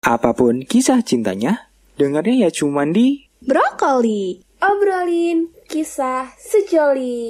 Apapun kisah cintanya, dengarnya ya cuman di Brokoli, obrolin kisah sejoli.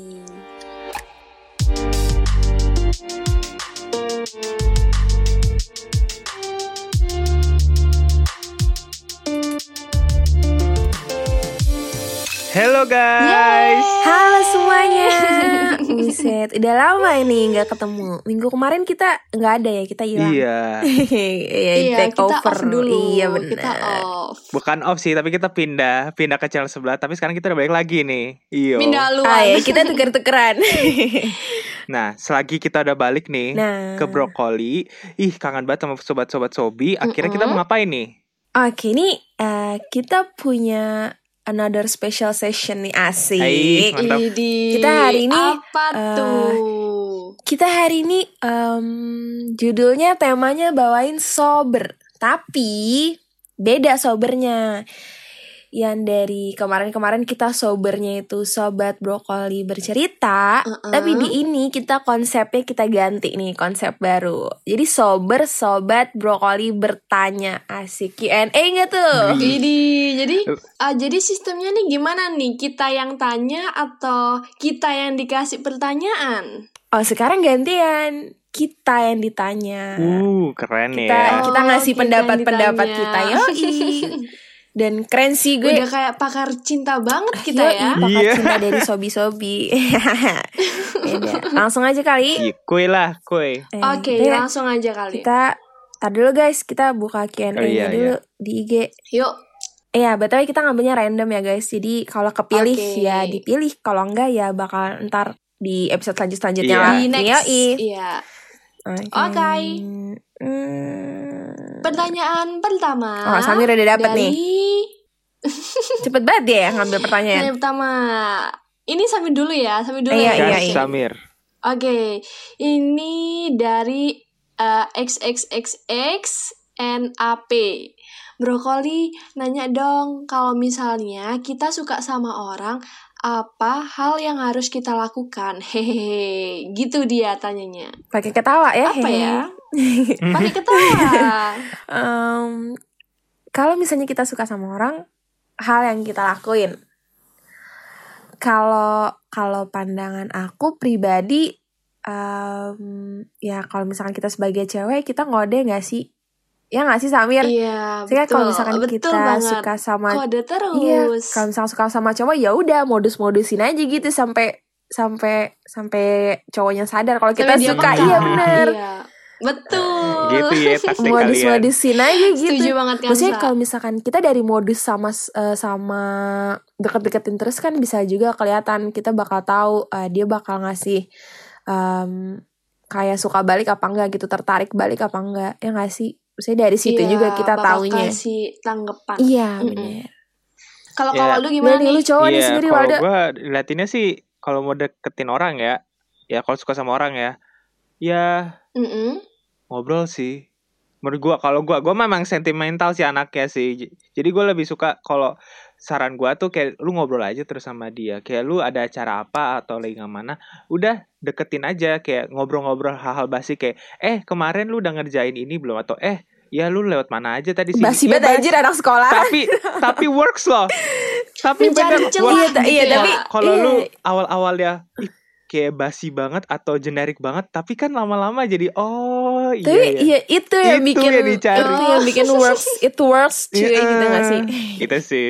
Hello guys. Halo semuanya. Buset, udah lama ini nggak ketemu. Minggu kemarin kita nggak ada ya, kita hilang. Iya. Take kita over off dulu. Iya benar. Kita off. Bukan off sih, tapi kita pindah ke channel sebelah. Tapi sekarang kita udah balik lagi nih. Iyo. Pindah haluan. Ya, kita tuker-tukeran. Nah, selagi kita udah balik nih ke Brokoli, kangen banget sama sobat-sobat Sobi. Akhirnya kita mau ngapain nih? Oke, ini kita punya another special session nih, asik. Mantap. Kita hari ini apa tuh? Kita hari ini judulnya temanya bawain sober, tapi beda sobernya. Yang dari kemarin-kemarin kita sobernya itu Sobat Brokoli bercerita, tapi di ini kita konsepnya kita ganti nih, konsep baru. Jadi sober Sobat Brokoli bertanya, asik. Q&A nggak tuh? Jadi sistemnya nih gimana nih? Kita yang tanya atau kita yang dikasih pertanyaan? Oh, sekarang gantian. Kita yang ditanya. Keren Kita ngasih kita pendapat-pendapat yang kita, ditanya. yoi. Dan keren sih gue. Udah kayak pakar cinta banget kita ya. Pakar cinta dari sobi-sobi. Langsung aja kali. Kue lah, kue. Oke, langsung aja kali. Kita tar dulu guys, kita buka Q&A-nya dulu di IG. Yuk. BTW kita ngambilnya random ya guys. Jadi kalau kepilih ya dipilih, kalau enggak ya bakal ntar di episode selanjutnya lah. Di next. Iya. Oke. Pertanyaan pertama. Samir udah dapet nih. Cepet banget dia ya ngambil pertanyaan. Yang pertama. Ini Samir dulu ya. Iya. Samir. Oke. Ini dari XXXXNAP. Brokoli nanya dong, kalau misalnya kita suka sama orang, apa hal yang harus kita lakukan? Hehehe, gitu dia tanyanya. Pakai ketawa ya? Apa ya? Pakai ketawa. Kalau misalnya kita suka sama orang, hal yang kita lakuin. Kalau pandangan aku pribadi, ya kalau misalkan kita sebagai cewek, kita ngode nggak sih? Ya nggak sih Samir? Iya, betul. Kalau misalkan kita banget. suka sama kode terus. Iya, kalau misalkan suka sama cowok ya udah modus-modusin aja gitu sampai cowoknya sadar kalau kita suka. Iya benar. Iya. Betul. Gitu ya taktik modus-modusin aja gitu. Setuju banget kan. Maksudnya kalau misalkan kita dari modus sama deket-deketin terus kan bisa juga kelihatan, kita bakal tahu dia bakal ngasih kayak suka balik apa enggak gitu, tertarik balik apa enggak, ya nggak sih? Maksudnya dari situ juga kita taunya. Kasih tanggapan. Iya benar. Kalau Waldo gimana nih? Lu cowok nih sendiri Waldo. Kalau gue liatinnya sih, kalau mau deketin orang ya kalau suka sama orang ya ngobrol sih. Menurut gue, kalau gue memang sentimental sih anaknya sih. Jadi gue lebih suka kalau saran gue tuh kayak lu ngobrol aja terus sama dia. Kayak lu ada acara apa atau lagi mana, udah deketin aja, kayak ngobrol-ngobrol hal-hal basi kayak kemarin lu udah ngerjain ini belum, atau ya lu lewat mana aja tadi sih. Basi banget anjir anak sekolah. Tapi works loh. Tapi bener celah. Iya, tapi kalau lu awal-awal kayak basi banget atau generik banget, tapi kan lama-lama jadi itu yang bikin dicari. Itu yang bikin works. It works cuy, gitu gak sih? Gitu sih.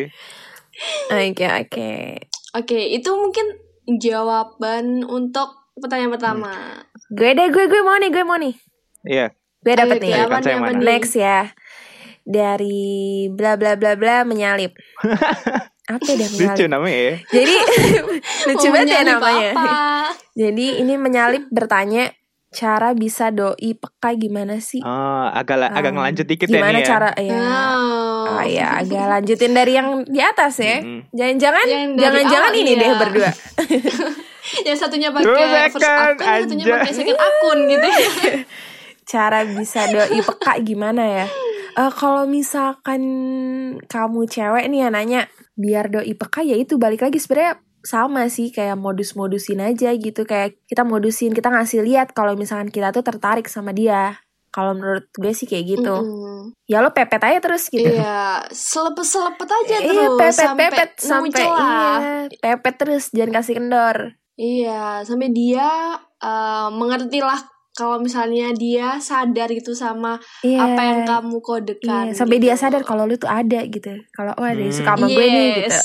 Oke, itu mungkin jawaban untuk pertanyaan pertama. Gue mau nih. Iya. Gue dapet nih. Next ya. Dari bla bla bla bla menyalip. Apa dia menyalip? Lucu namanya ya. Jadi lucu banget ya namanya. Apa? Jadi ini menyalip bertanya, cara bisa doi peka gimana sih? Agak ngelanjut dikit ya nih ya. Gimana cara ya agak lanjutin dari yang di atas ya. Jangan-jangan ini deh berdua. Yang satunya pakai first akun, yang satunya pakai second akun gitu. Cara bisa doi peka gimana ya? Kalau misalkan kamu cewek nih ya nanya biar doi peka, ya itu balik lagi sebenarnya sama sih, kayak modus-modusin aja gitu. Kayak kita modusin, kita ngasih lihat kalau misalkan kita tuh tertarik sama dia. Kalau menurut gue sih kayak gitu. Ya lo pepet aja terus gitu. Iya, selepet aja terus. Iya, pepet sampai pepet terus, jangan kasih kendor. Iya, sampai dia mengertilah kalau misalnya dia sadar gitu sama apa yang kamu kodekan. Iya, sampai gitu. dia sadar kalau lu tuh ada gitu. Kalau dia suka sama gue nih gitu.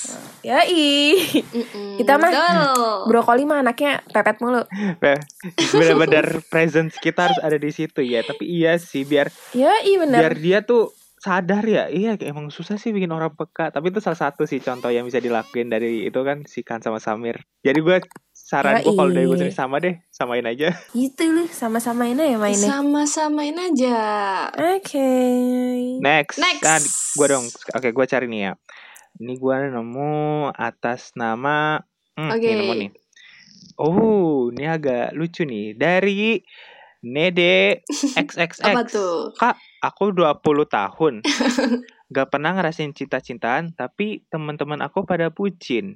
Kita mah brokoli mah anaknya pepet mulu. Benar-benar presence kita harus ada di situ ya. Tapi iya sih biar dia tuh sadar ya. Iya emang susah sih bikin orang peka. Tapi itu salah satu sih contoh yang bisa dilakuin dari itu kan si Kan sama Samir. Jadi gue saran gue kalau dari gue sendiri sama deh, samain aja. Gitu lu, sama-samain aja mainnya. Sama-samain aja. Oke. Next. Nah, gue dong. Oke, gue cari nih ya. Ini gue nemu atas nama ini nemu nih. Oh, ini agak lucu nih. Dari Nede XXX. Apa tuh? Kak, aku 20 tahun. Gak pernah ngerasain cinta-cintaan, tapi teman-teman aku pada bucin.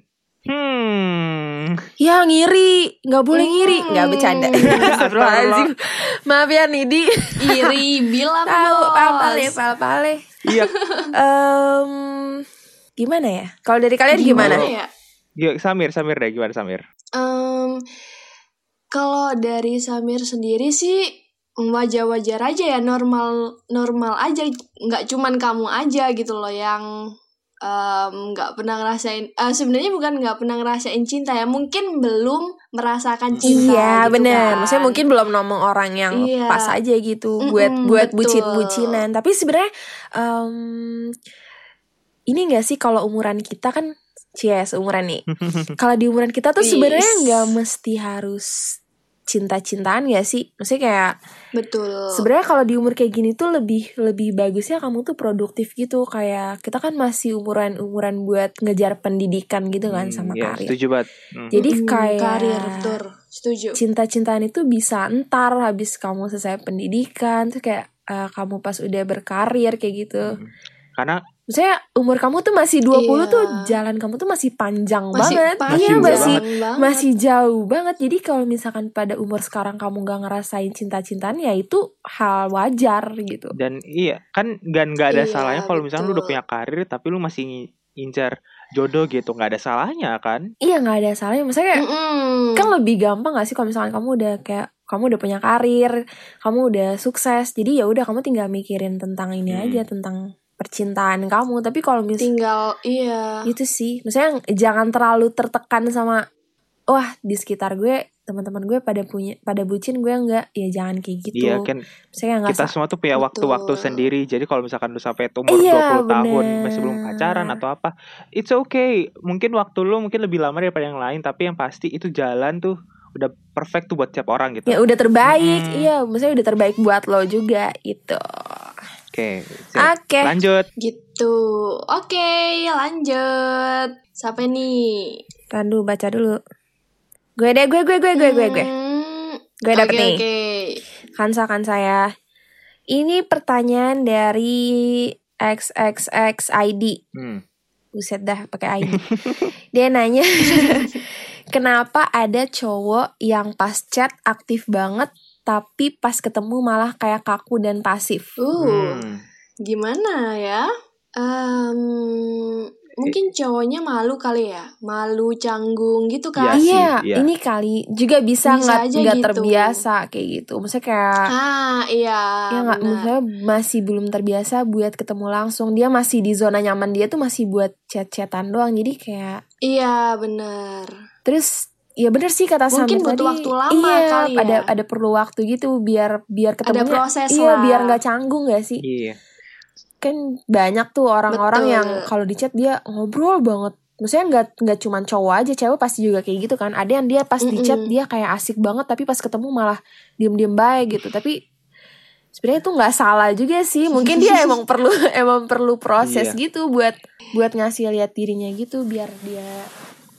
Ya ngiri, nggak boleh ngiri, nggak bercanda. Astagfirullahaladzim. Maaf ya Nidi. Iri bilang pale. Iya. Gimana ya? Kalau dari kalian gimana? Ya? Samir deh, gimana Samir? Kalau dari Samir sendiri sih wajar-wajar aja ya, normal aja, nggak cuman kamu aja gitu loh yang nggak pernah ngerasain, sebenarnya bukan nggak pernah ngerasain cinta ya, mungkin belum merasakan cinta. Iya gitu benar, kan. maksudnya mungkin belum nemu orang yang pas aja gitu buat bucin-bucinan. Tapi sebenarnya ini nggak sih kalau umuran kita kan, umuran nih. Kalau di umuran kita tuh sebenarnya nggak mesti harus cinta-cintaan ya sih, maksudnya kayak betul. Sebenarnya kalau di umur kayak gini tuh lebih bagusnya kamu tuh produktif gitu, kayak kita kan masih umuran buat ngejar pendidikan gitu kan sama karir. Setuju banget. Jadi kayak karir betul, setuju. Cinta-cintaan itu bisa ntar habis kamu selesai pendidikan tuh kayak kamu pas udah berkarir kayak gitu. Karena maksudnya umur kamu tuh masih 20 tuh jalan kamu tuh masih panjang banget. Masih jauh banget. Jadi kalau misalkan pada umur sekarang kamu gak ngerasain cinta-cintaan ya itu hal wajar gitu. Dan kan gak ada salahnya kalau misalnya lu udah punya karir tapi lu masih ngincar jodoh gitu, gak ada salahnya kan? Iya gak ada salahnya. Maksudnya kan lebih gampang gak sih kalau misalkan kamu udah punya karir, kamu udah sukses. Jadi ya udah kamu tinggal mikirin tentang ini aja, tentang percintaan kamu. Tapi kalau tinggal itu sih, maksudnya jangan terlalu tertekan sama wah di sekitar gue teman-teman gue pada bucin, gue enggak. Ya jangan kayak gitu. Iya kan, kita semua tuh punya waktu-waktu sendiri. Jadi kalau misalkan lu sampai umur 20 tahun masih belum pacaran atau apa, it's okay. Mungkin waktu lu mungkin lebih lama daripada yang lain, tapi yang pasti itu jalan tuh udah perfect tuh buat tiap orang gitu. Ya udah terbaik. Iya, maksudnya udah terbaik buat lo juga gitu. Oke. Lanjut. Gitu. Oke, lanjut. Siapa nih? Tandu baca dulu. Gue. Gue dapet nih. Kansa ya. Ini pertanyaan dari XXXID. Buset dah pakai ID. Dia nanya, kenapa ada cowok yang pas chat aktif banget tapi pas ketemu malah kayak kaku dan pasif? Gimana ya? Mungkin cowoknya malu kali ya, malu canggung gitu kan? Iya, ini kali juga bisa nggak gitu. Terbiasa kayak gitu. Maksudnya kayak nggak, maksudnya masih belum terbiasa buat ketemu langsung. Dia masih di zona nyaman dia tuh masih buat chat-chatan doang. Jadi kayak benar. Terus ya bener sih kata Samir tadi. Mungkin butuh waktu lama kali ya. Ada perlu waktu gitu biar ketemunya. Ada proses lah. Biar nggak canggung nggak sih? Iya. Kan banyak tuh orang-orang yang kalau di chat dia ngobrol banget. Maksudnya nggak cuma cowok aja, cewek pasti juga kayak gitu kan. Ada yang dia pas di chat dia kayak asik banget, tapi pas ketemu malah diem-diem baik gitu. Tapi sebenarnya itu nggak salah juga sih. Mungkin dia emang perlu proses gitu buat ngasih lihat dirinya gitu biar dia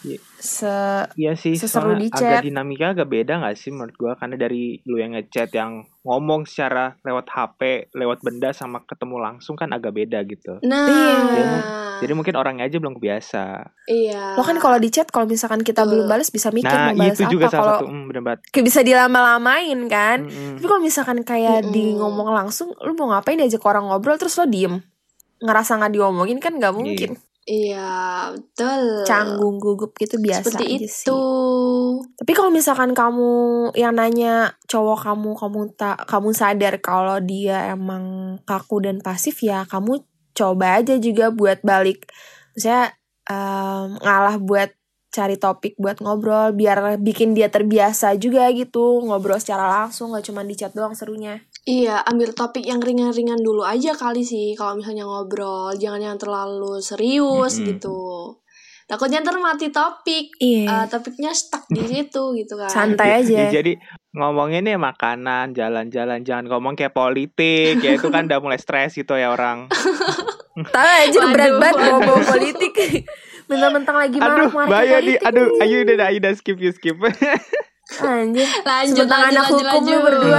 Iya sih, seseru di agak chat. dinamika agak beda gak sih menurut gue? Karena dari lu yang ngechat yang ngomong secara lewat HP, lewat benda sama ketemu langsung kan agak beda gitu. Jadi mungkin orangnya aja belum kebiasa. Iya. Lo kan kalau di chat kalau misalkan kita belum balas bisa mikir mau balas itu apa. juga salah satu kayak bisa dilama-lamain kan. Tapi kalau misalkan kayak di ngomong langsung, lu mau ngapain diajak orang ngobrol terus lo diem, ngerasa nggak diomongin kan nggak mungkin. Iya, betul. Canggung gugup gitu biasa seperti aja itu sih. Tapi kalau misalkan kamu yang nanya cowok kamu sadar kalau dia emang kaku dan pasif, ya kamu coba aja juga buat balik. Misalnya ngalah buat cari topik buat ngobrol biar bikin dia terbiasa juga gitu ngobrol secara langsung, nggak cuma di chat doang serunya. Iya, ambil topik yang ringan-ringan dulu aja kali sih kalau misalnya ngobrol, jangan yang terlalu serius gitu. Takutnya ntar mati topik, topiknya stuck di situ gitu kan. Santai aja. Jadi ngomongin makanan, jalan-jalan, jangan ngomong kayak politik, ya itu kan udah mulai stres gitu ya orang. Tahu aja berat banget bawa politik. Mentang-mentang lagi marah-marah politik. Ayo udah skip. Anjir. Lanjut anak hukum lu berdua.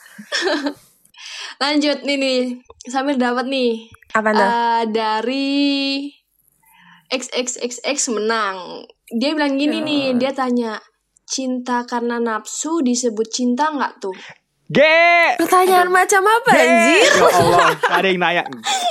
Lanjut nih Samir dapat nih. Apa tuh? Dari XXXX menang. Dia bilang gini nih, dia tanya, cinta karena nafsu disebut cinta nggak tuh? Pertanyaan macam apa anjir? Ya Allah, ada yang nanya.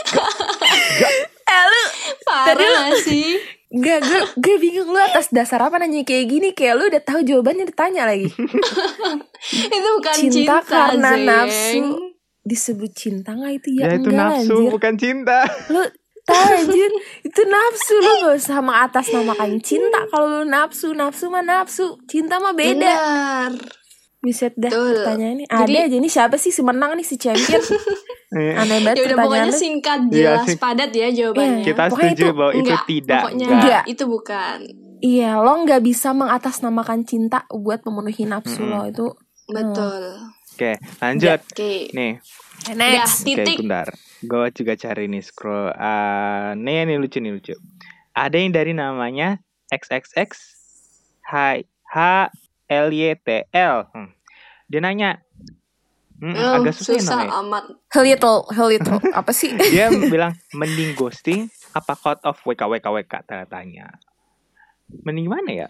Lu parah sih. Gue bingung lu atas dasar apa nanya kayak gini. Kayak lu udah tahu jawabannya ditanya lagi. Itu bukan cinta karena nafsu disebut cinta nggak itu? Ya itu nafsu anjir. Bukan cinta. Lu tahu anjir, itu nafsu. Lu gak usah mengatasnamakan cinta. Kalau lu nafsu mah nafsu, cinta mah beda. Benar. Buset dah pertanyaannya. Ada aja nih, siapa sih si menang nih, si champion? Aneh banget pertanyaannya. Udah pokoknya singkat, jelas, padat ya jawabannya. Kita setuju bahwa itu tidak. Pokoknya enggak. Itu bukan. Iya, lo gak bisa mengatasnamakan cinta buat memenuhi nafsu lo itu. Betul. Oke, lanjut. Nih. Next. Titik. Bentar. Gue juga cari nih scroll. Nih lucu. Ada yang dari namanya XXX HLYTL. Dia nanya. Agak susah amat. Little. Apa sih? Dia bilang mending ghosting apa cut off WK tanda tanya. Mending mana ya?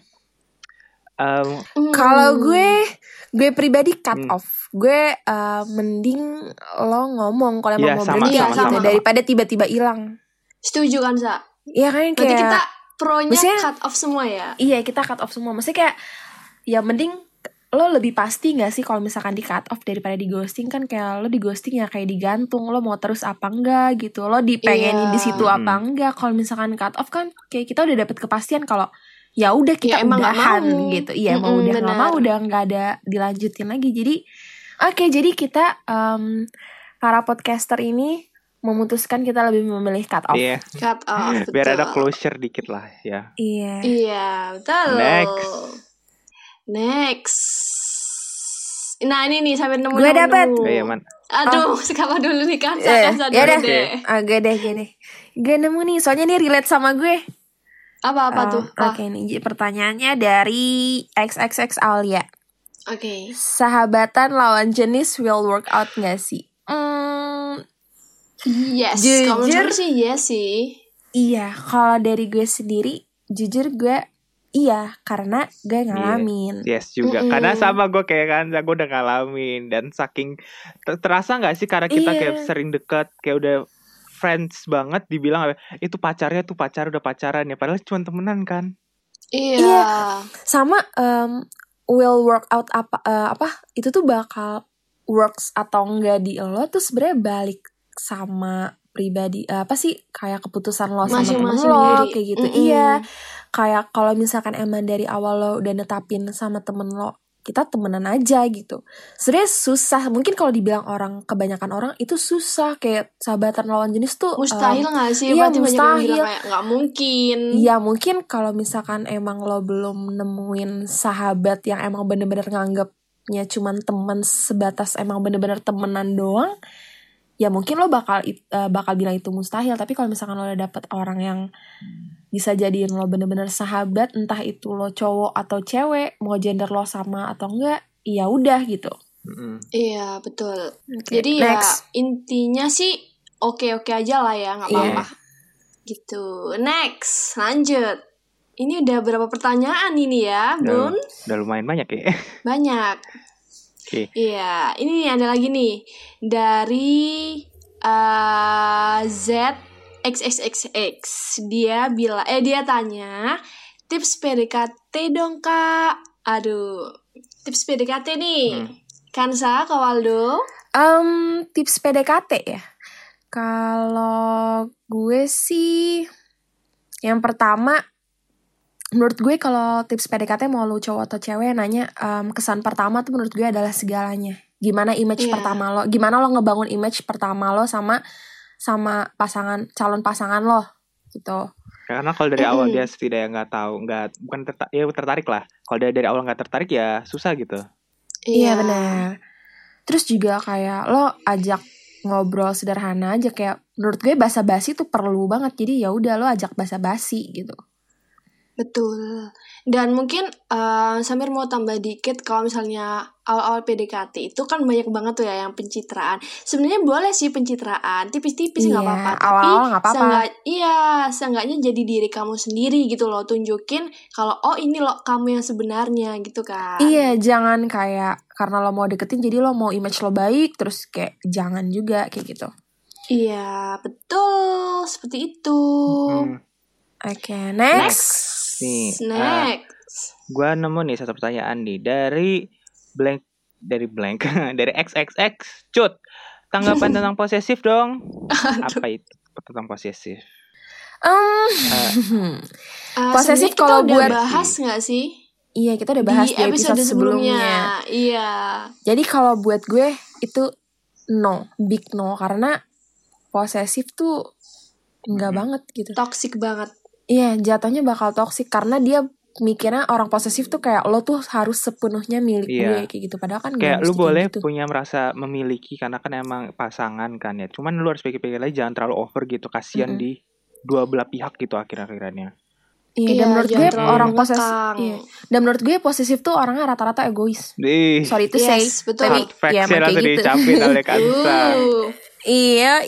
Kalau gue pribadi cut off. Gue mending lo ngomong kalau emang mau berhenti gitu daripada tiba-tiba hilang. Setuju kan, Sa? Iya kan, kayak berarti kita pro-nya cut off semua ya? Iya, kita cut off semua. Maksudnya kayak ya mending lo lebih pasti gak sih kalau misalkan di cut off daripada di ghosting. Kan kayak lo di ghosting ya kayak digantung, lo mau terus apa enggak gitu, lo dipengenin di situ apa enggak. Kalau misalkan cut off kan kayak kita udah dapet kepastian kalau ya udah kita udahan gitu. Iya, mau udah nggak mau udah nggak ada dilanjutin lagi. Jadi jadi kita para podcaster ini memutuskan kita lebih memilih cut off. Iya. Cut off. Biar ada closure dikit lah ya. Iya, betul. Next. Nah ini nih sampai nemu. Gue dapet. Aduh, siapa dulu nih kan? Ya deh. Agak deh gini. Gue nemu nih, soalnya nih relate sama gue. Apa tuh? Oke nih, pertanyaannya dari XXX Alia. Oke. Sahabatan lawan jenis will work out gak sih? Yes. Jujur sih yes sih. Iya, kalau dari gue sendiri, jujur gue iya, karena gue ngalamin. Yes juga, karena sama gue kayak kan, gue udah ngalamin. Dan saking terasa gak sih karena kita kayak sering dekat, kayak udah friends banget, dibilang itu pacarnya tuh udah pacaran ya, padahal cuma temenan kan. Iya. Sama will work out apa itu tuh bakal works atau enggak di lo tuh sebenarnya balik sama pribadi apa sih, kayak keputusan lo sama temen lo kayak gitu. Iya, kayak kalau misalkan emang dari awal lo udah netapin sama temen lo kita temenan aja gitu. Sebenarnya susah. Mungkin kalau dibilang kebanyakan orang itu susah, kayak sahabatan lawan jenis tuh mustahil nggak sih? Iya, mustahil. Kayak nggak mungkin. Iya, mungkin kalau misalkan emang lo belum nemuin sahabat yang emang bener-bener nganggapnya cuman teman sebatas emang bener-bener temenan doang, ya mungkin lo bakal bilang itu mustahil. Tapi kalau misalkan lo udah dapet orang yang bisa jadiin lo bener-bener sahabat, entah itu lo cowok atau cewek, mau gender lo sama atau enggak, ya udah gitu. Iya betul. Jadi next. Ya intinya sih oke aja lah ya, nggak apa-apa. Gitu. Next, lanjut. Ini udah berapa pertanyaan ini ya, Bun? Udah lumayan banyak ya. Banyak. Oke. Iya, ini ada lagi nih dari ZXXXX. Dia bilang, dia tanya, tips PDKT dong kak. Aduh, tips PDKT nih. Kansa, Kak Waldo? Tips PDKT ya. Kalau gue sih, yang pertama, menurut gue kalau tips PDKT mau lu cowok atau cewek nanya, kesan pertama tuh menurut gue adalah segalanya. Gimana image pertama lo, gimana lo ngebangun image pertama lo sama calon pasangan lo gitu. Karena kalau dari awal dia setidaknya nggak tahu, tertarik lah. Kalau dari awal nggak tertarik ya susah gitu. Iya benar. Terus juga kayak lo ajak ngobrol sederhana aja, kayak menurut gue basa-basi tuh perlu banget. Jadi ya udah lo ajak basa-basi gitu. Betul. Dan mungkin Samir mau tambah dikit, kalau misalnya awal-awal PDKT itu kan banyak banget tuh ya yang pencitraan. Sebenarnya boleh sih pencitraan, tipis-tipis nggak apa-apa. Tapi seenggaknya jadi diri kamu sendiri gitu loh, tunjukin kalau ini lo kamu yang sebenarnya gitu kan. Iya, jangan kayak karena lo mau deketin jadi lo mau image lo baik, terus kayak jangan juga kayak gitu. Iya, betul, seperti itu. Oke, next. Nih, gue nemu nih satu pertanyaan nih dari XXX Cut. Tanggapan tentang posesif dong. Apa itu tentang posesif? Posesif kalau buat bahas nggak sih? Iya, kita udah bahas di episode sebelumnya. Iya. Jadi kalau buat gue itu big no, karena posesif tuh enggak banget gitu. Toxic banget. Iya, jatuhnya bakal toksik karena dia mikirnya orang posesif tuh kayak lo tuh harus sepenuhnya milik gue kayak gitu. Padahal kan kayak lu boleh gitu. Punya merasa memiliki karena kan emang pasangan kan ya. Cuman lu harus pikir-pikir lagi, jangan terlalu over gitu. Kasian di dua belah pihak gitu akhir-akhirannya. Iya, dan menurut gue orang posesif. Iya. Dan menurut gue posesif tuh orangnya rata-rata egois. Sorry to say, betul. Tapi ya emang kayak gitu. Dicapin oleh Kansa. Iya.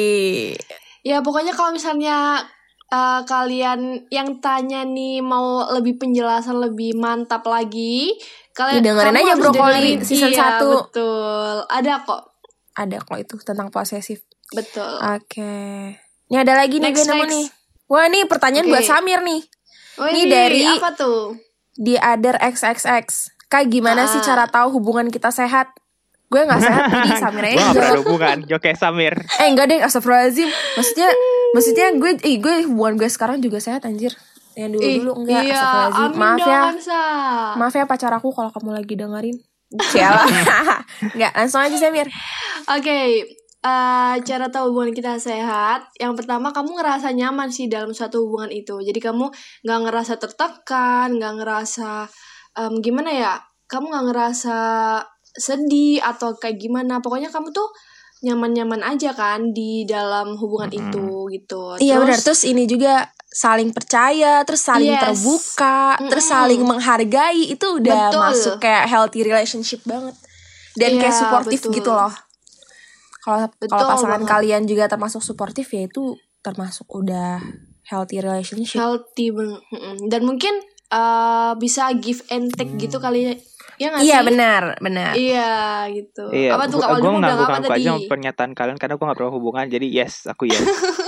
Ya pokoknya kalau misalnya kalian yang tanya nih mau lebih penjelasan lebih mantap lagi, kalian dengerin aja Brokoli season 1. Betul. Ada kok itu tentang posesif. Betul. Oke. Ini ada lagi nih gue nemu nih. Wah, nih pertanyaan buat Samir nih. Ini dari apa tuh? The Other XXX. Kak, gimana sih cara tahu hubungan kita sehat? Gue gak sehat, jadi Samir aja. Gue gak pernah hubungan, Joke Samir. Enggak deh, astagfirullahaladzim. Maksudnya gue hubungan gue sekarang juga sehat anjir. Yang dulu enggak, astagfirullahaladzim. Maaf ya pacar aku kalau kamu lagi dengerin. Cialah. Enggak, langsung aja Samir. Oke. Cara tahu hubungan kita sehat, yang pertama kamu ngerasa nyaman sih dalam suatu hubungan itu. Jadi kamu gak ngerasa tertekan, gak ngerasa gimana ya, kamu gak ngerasa sedih atau kayak gimana. Pokoknya kamu tuh nyaman-nyaman aja kan di dalam hubungan itu gitu. Iya benar. Terus ini juga saling percaya, terus saling terbuka, terus saling menghargai. Itu udah masuk kayak healthy relationship banget. Dan kayak suportif gitu loh. Kalau pasangan kalian juga termasuk suportif, ya itu termasuk udah healthy relationship. Healthy banget. Dan mungkin bisa give and take gitu kali ya. Ya gak iya sih? benar. Iya gitu. Iya, apa tuh Kak Waldo bilang apa tadi? Gue aja pernyataan kalian karena gue gak pernah hubungan. Jadi yes, aku yes.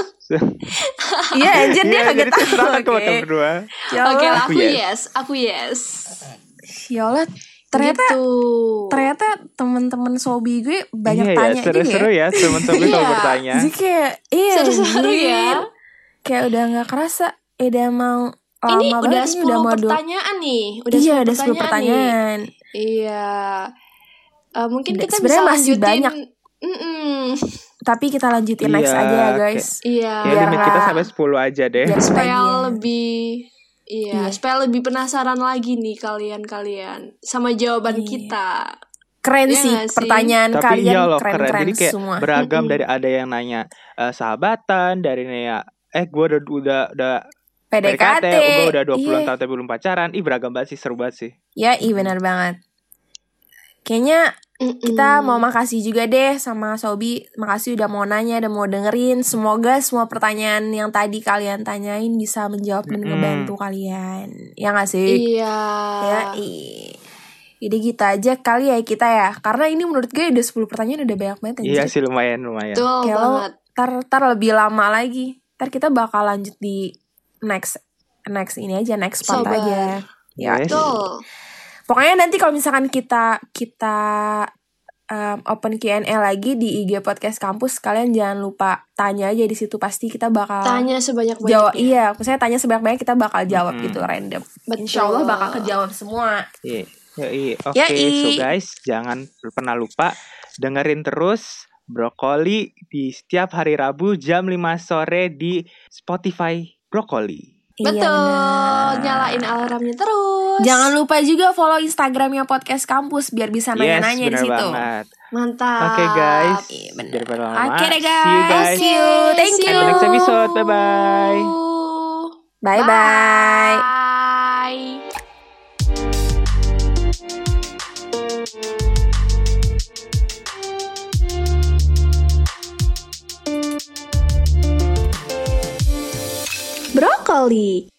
Iya anjir dia kaget tahu. Oke, aku yes. Yolah, ternyata teman-teman sobi gue banyak tanya juga. Seru ya teman-teman kalau bertanya. Jadi kayak seru ya. Kayak udah nggak kerasa, udah mau ini udah 10 pertanyaan nih. Udah 10 pertanyaan. Iya. Mungkin kita sebenarnya bisa masih banyak. Tapi kita lanjutin next aja ya guys. Iya. Ya limit kita sampai 10 aja deh. Supaya lebih supaya lebih penasaran lagi nih kalian sama jawaban kita. Keren sih pertanyaan tapi kalian keren. Jadi kayak semua. Beragam dari ada yang nanya sahabatan, dari nanya gue udah PDKT. Gue udah 20 tahun tapi belum pacaran. Ih beragam banget sih, seru banget sih. Ya benar banget. Kayaknya kita mau makasih juga deh sama Sobi. Makasih udah mau nanya, udah mau dengerin. Semoga semua pertanyaan yang tadi kalian tanyain bisa menjawab dan ngebantu kalian. Ya gak sih? Iya. Ya, jadi gitu aja kali ya kita ya. Karena ini menurut gue udah 10 pertanyaan udah banyak banget. Iya sih lumayan. Betul banget. Ntar lebih lama lagi. Ntar kita bakal lanjut di next ini aja, next part aja. Ya, betul. Pokoknya nanti kalau misalkan kita open Q&A lagi di IG Podcast Kampus, kalian jangan lupa tanya aja di situ, pasti kita bakal tanya sebanyak-banyaknya. Iya, saya tanya sebanyak-banyaknya, kita bakal jawab gitu random. Betul. Insyaallah bakal kejawab semua. Oke, so guys, jangan pernah lupa dengerin terus Brokoli di setiap hari Rabu jam 5 sore di Spotify Brokoli. Betul, nyalain alarmnya terus. Jangan lupa juga follow Instagramnya Podcast Kampus biar bisa nanya-nanya di situ. Banget. Mantap. Oke guys. Oke deh guys. See you. Thank you. See you next episode. Bye-bye. Bye-bye. Brokoli.